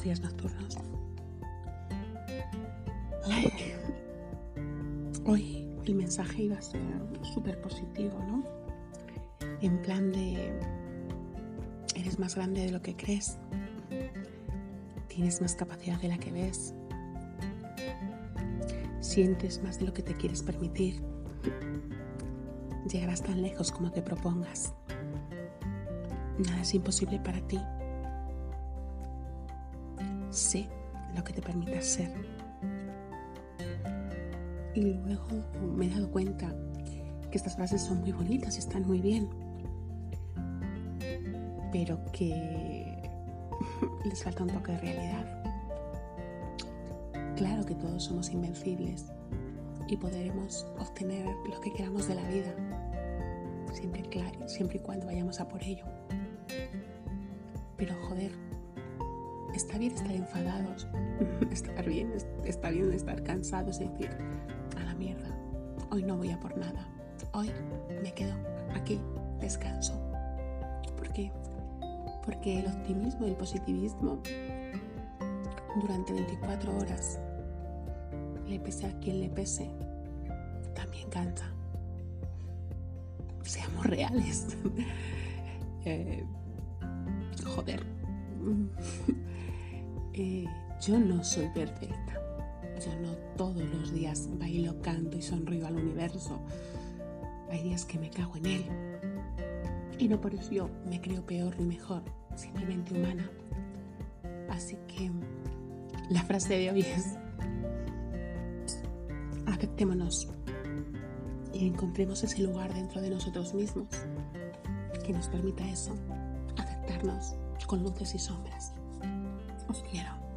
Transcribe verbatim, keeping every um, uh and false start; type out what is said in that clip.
días nocturnos. Hoy el mensaje iba a ser súper positivo, ¿no? En plan de, eres más grande de lo que crees, tienes más capacidad de la que ves, sientes más de lo que te quieres permitir, llegarás tan lejos como te propongas, nada es imposible para ti, sé lo que te permitas ser. Y luego me he dado cuenta que estas frases son muy bonitas y están muy bien, pero que les falta un toque de realidad. Claro que todos somos invencibles y podremos obtener lo que queramos de la vida, siempre, siempre y cuando vayamos a por ello. Pero joder, está bien estar enfadados, está bien, está bien estar cansados y decir, a la mierda, hoy no voy a por nada, hoy me quedo aquí, descanso. ¿Por qué? Porque el optimismo y el positivismo durante veinticuatro horas, le pese a quien le pese, también cansa. Seamos reales. eh, joder. eh, yo no soy perfecta. Yo no todos los días bailo, canto y sonrío al universo. Hay días que me cago en él. Y no por eso yo me creo peor ni mejor, simplemente humana. Así que la frase de hoy es: aceptémonos y encontremos ese lugar dentro de nosotros mismos que nos permita eso, aceptarnos con luces y sombras. Os quiero.